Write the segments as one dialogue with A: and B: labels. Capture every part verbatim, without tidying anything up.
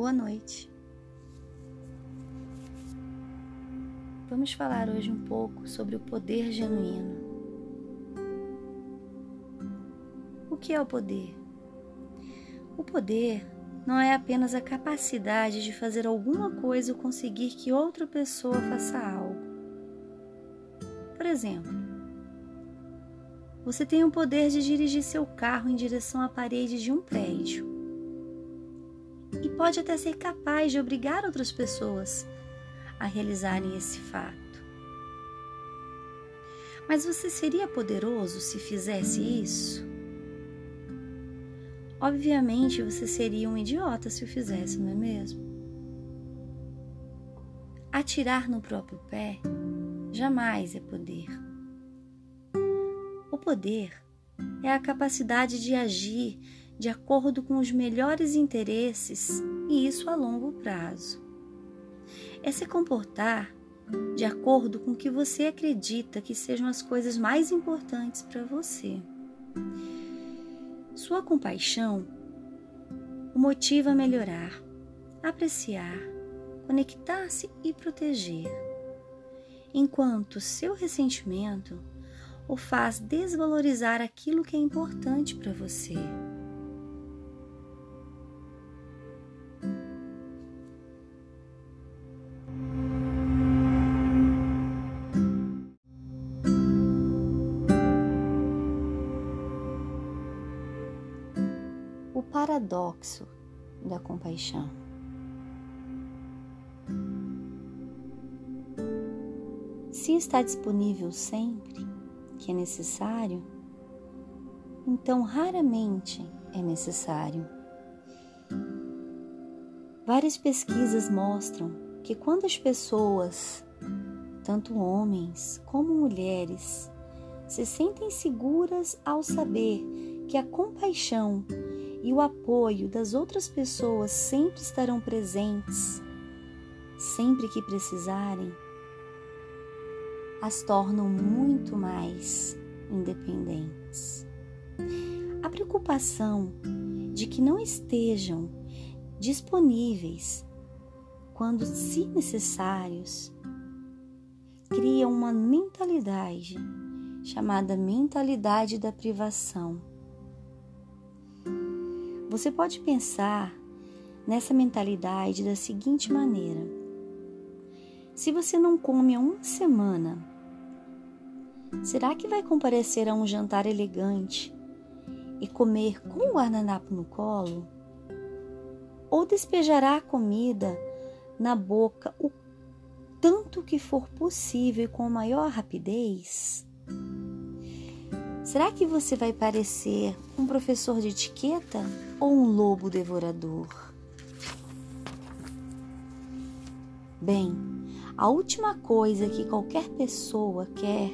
A: Boa noite. Vamos falar hoje um pouco sobre o poder genuíno. O que é o poder? O poder não é apenas a capacidade de fazer alguma coisa ou conseguir que outra pessoa faça algo. Por exemplo, você tem o poder de dirigir seu carro em direção à parede de um prédio. E pode até ser capaz de obrigar outras pessoas a realizarem esse fato. Mas você seria poderoso se fizesse isso? Obviamente você seria um idiota se o fizesse, não é mesmo? Atirar no próprio pé jamais é poder. O poder é a capacidade de agir de acordo com os melhores interesses, e isso a longo prazo. É se comportar de acordo com o que você acredita que sejam as coisas mais importantes para você. Sua compaixão o motiva a melhorar, apreciar, conectar-se e proteger, enquanto seu ressentimento o faz desvalorizar aquilo que é importante para você. O paradoxo da compaixão. Se está disponível sempre que é necessário, então raramente é necessário. Várias pesquisas mostram que quando as pessoas, tanto homens como mulheres, se sentem seguras ao saber que a compaixão e o apoio das outras pessoas sempre estarão presentes, sempre que precisarem, as tornam muito mais independentes. A preocupação de que não estejam disponíveis quando, se necessários, cria uma mentalidade chamada mentalidade da privação. Você pode pensar nessa mentalidade da seguinte maneira: se você não come há uma semana, será que vai comparecer a um jantar elegante e comer com um guardanapo no colo? Ou despejará a comida na boca o tanto que for possível e com a maior rapidez? Será que você vai parecer um professor de etiqueta ou um lobo devorador? Bem, a última coisa que qualquer pessoa quer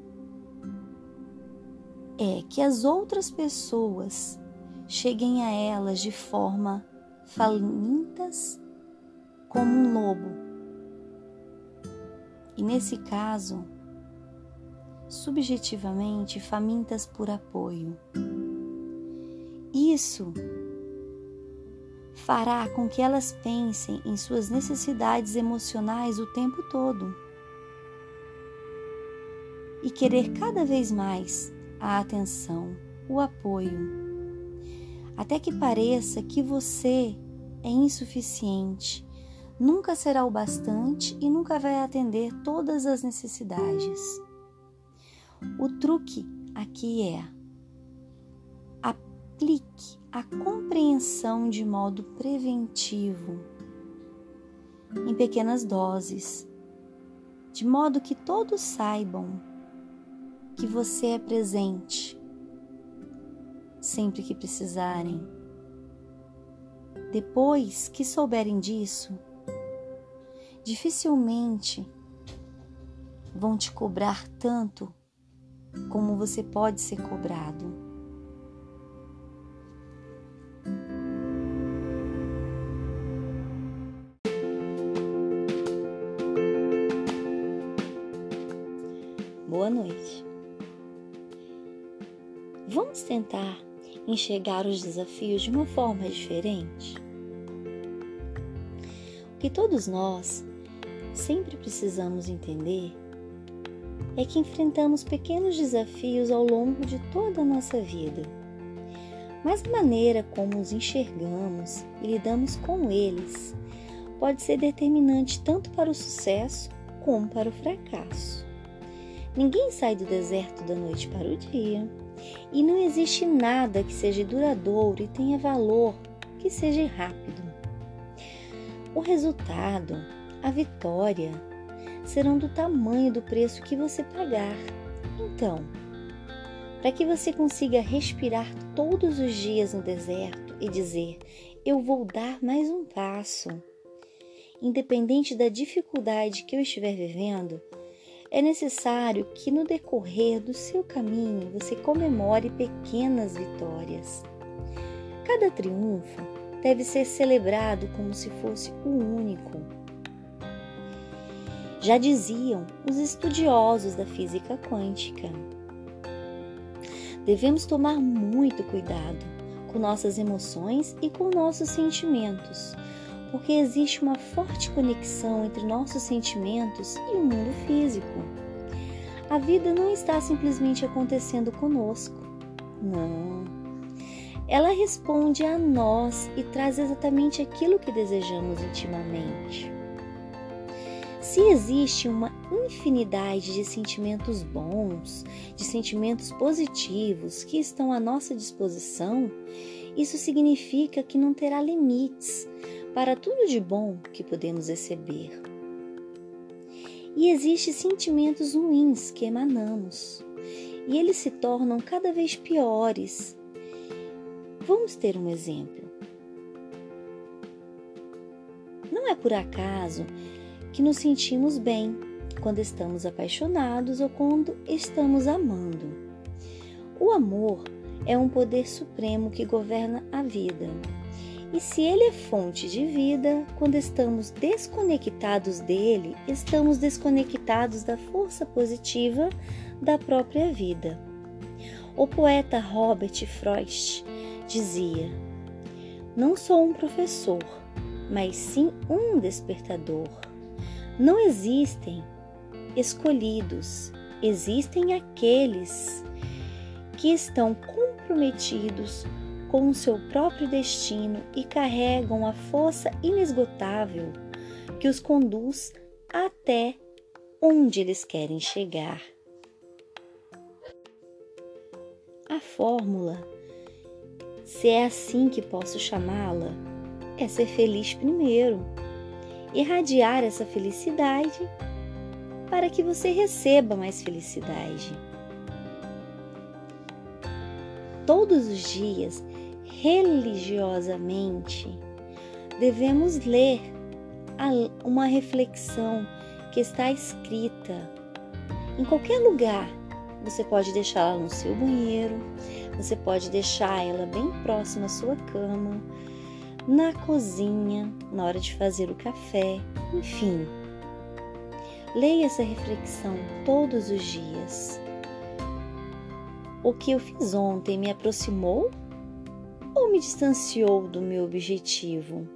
A: é que as outras pessoas cheguem a elas de forma famintas como um lobo. E nesse caso, subjetivamente famintas por apoio. Isso fará com que elas pensem em suas necessidades emocionais o tempo todo e querer cada vez mais a atenção, o apoio, até que pareça que você é insuficiente, nunca será o bastante e nunca vai atender todas as necessidades. O truque aqui é: aplique a compreensão de modo preventivo, em pequenas doses, de modo que todos saibam que você é presente sempre que precisarem. Depois que souberem disso, dificilmente vão te cobrar tanto como você pode ser cobrado. Boa noite. Vamos tentar enxergar os desafios de uma forma diferente? que todos nós sempre precisamos entender é que enfrentamos pequenos desafios ao longo de toda a nossa vida. Mas a maneira como os enxergamos e lidamos com eles pode ser determinante tanto para o sucesso como para o fracasso. Ninguém sai do deserto da noite para o dia, e não existe nada que seja duradouro e tenha valor que seja rápido. O resultado, a vitória, serão do tamanho do preço que você pagar. Então, para que você consiga respirar todos os dias no deserto e dizer, eu vou dar mais um passo, independente da dificuldade que eu estiver vivendo, é necessário que no decorrer do seu caminho você comemore pequenas vitórias. Cada triunfo deve ser celebrado como se fosse o único. Já diziam os estudiosos da física quântica. Devemos tomar muito cuidado com nossas emoções e com nossos sentimentos, porque existe uma forte conexão entre nossos sentimentos e o mundo físico. A vida não está simplesmente acontecendo conosco. Não. Ela responde a nós e traz exatamente aquilo que desejamos intimamente. Se existe uma infinidade de sentimentos bons, de sentimentos positivos que estão à nossa disposição, isso significa que não terá limites para tudo de bom que podemos receber. E existem sentimentos ruins que emanamos, e eles se tornam cada vez piores. Vamos ter um exemplo. Não é por acaso que nos sentimos bem quando estamos apaixonados ou quando estamos amando. O amor é um poder supremo que governa a vida. E se ele é fonte de vida, quando estamos desconectados dele, estamos desconectados da força positiva da própria vida. O poeta Robert Frost dizia: não sou um professor, mas sim um despertador. Não existem escolhidos, existem aqueles que estão comprometidos com o seu próprio destino e carregam a força inesgotável que os conduz até onde eles querem chegar. A fórmula, se é assim que posso chamá-la, é ser feliz primeiro, irradiar essa felicidade para que você receba mais felicidade. Todos os dias, religiosamente, devemos ler uma reflexão que está escrita em qualquer lugar. Você pode deixá-la no seu banheiro, você pode deixar ela bem próxima à sua cama, na cozinha, na hora de fazer o café, enfim. Leia essa reflexão todos os dias. O que eu fiz ontem me aproximou ou me distanciou do meu objetivo?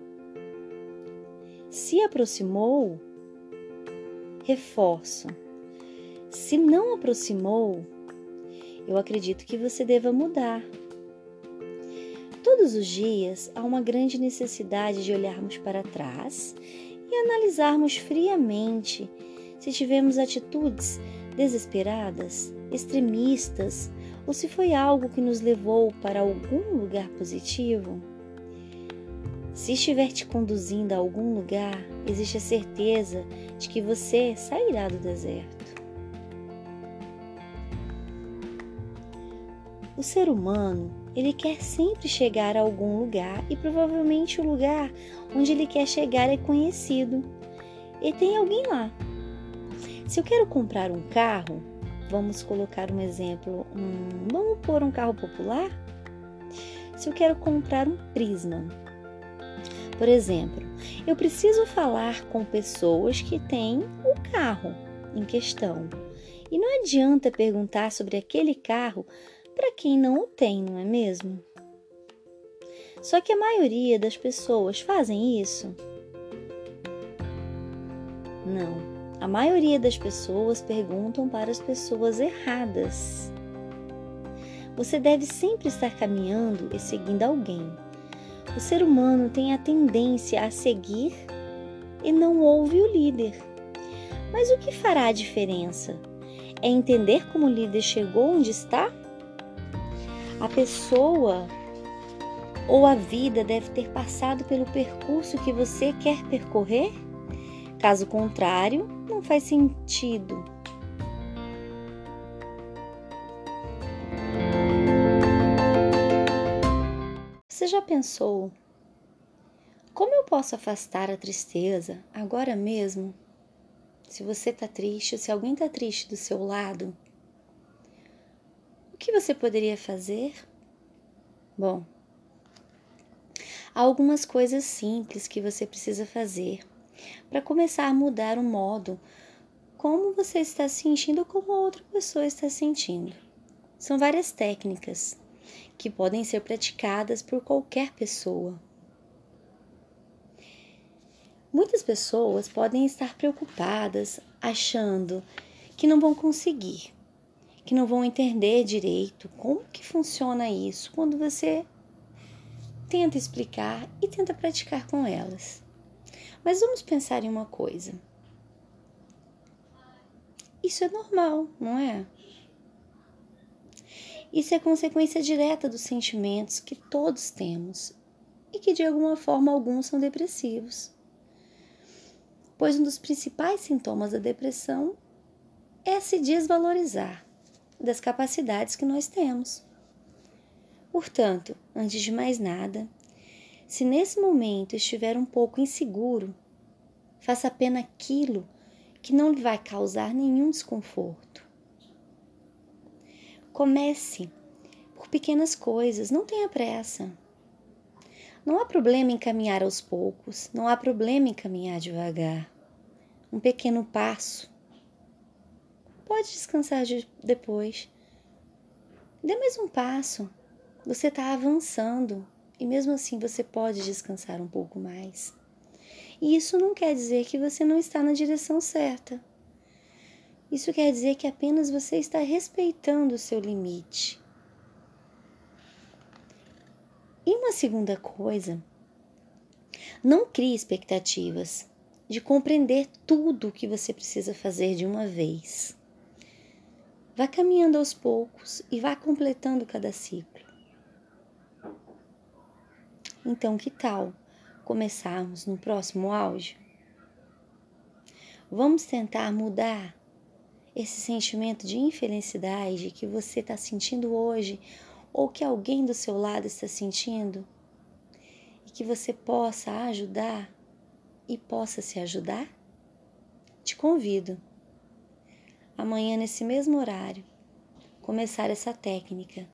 A: Se aproximou, reforço. Se não aproximou, eu acredito que você deva mudar. Todos os dias há uma grande necessidade de olharmos para trás e analisarmos friamente se tivemos atitudes desesperadas, extremistas, ou se foi algo que nos levou para algum lugar positivo. Se estiver te conduzindo a algum lugar, existe a certeza de que você sairá do deserto. O ser humano, ele quer sempre chegar a algum lugar e provavelmente o lugar onde ele quer chegar é conhecido. E tem alguém lá. Se eu quero comprar um carro, vamos colocar um exemplo, um, vamos pôr um carro popular? Se eu quero comprar um Prisma, por exemplo, eu preciso falar com pessoas que têm o carro em questão. E não adianta perguntar sobre aquele carro para quem não o tem, não é mesmo? Só que a maioria das pessoas fazem isso. Não. A maioria das pessoas perguntam para as pessoas erradas. Você deve sempre estar caminhando e seguindo alguém. O ser humano tem a tendência a seguir e não ouve o líder. Mas o que fará a diferença? É entender como o líder chegou onde está? A pessoa ou a vida deve ter passado pelo percurso que você quer percorrer? Caso contrário, não faz sentido. Você já pensou? Como eu posso afastar a tristeza agora mesmo? Se você está triste, se alguém está triste do seu lado, o que você poderia fazer? Bom, há algumas coisas simples que você precisa fazer para começar a mudar o modo como você está sentindo ou como a outra pessoa está sentindo. São várias técnicas que podem ser praticadas por qualquer pessoa. Muitas pessoas podem estar preocupadas, achando que não vão conseguir, que não vão entender direito como que funciona isso quando você tenta explicar e tenta praticar com elas. Mas vamos pensar em uma coisa. Isso é normal, não é? Isso é consequência direta dos sentimentos que todos temos e que de alguma forma alguns são depressivos. Pois um dos principais sintomas da depressão é se desvalorizar das capacidades que nós temos. Portanto, antes de mais nada, se nesse momento estiver um pouco inseguro, faça apenas aquilo que não lhe vai causar nenhum desconforto. Comece por pequenas coisas, não tenha pressa. Não há problema em caminhar aos poucos, não há problema em caminhar devagar. Um pequeno passo. Pode descansar de, depois. Dê mais um passo. Você está avançando e mesmo assim você pode descansar um pouco mais. E isso não quer dizer que você não está na direção certa. Isso quer dizer que apenas você está respeitando o seu limite. E uma segunda coisa, não crie expectativas de compreender tudo o que você precisa fazer de uma vez. Vá caminhando aos poucos e vá completando cada ciclo. Então, que tal começarmos no próximo áudio? Vamos tentar mudar esse sentimento de infelicidade que você está sentindo hoje ou que alguém do seu lado está sentindo e que você possa ajudar e possa se ajudar? Te convido, amanhã nesse mesmo horário, começar essa técnica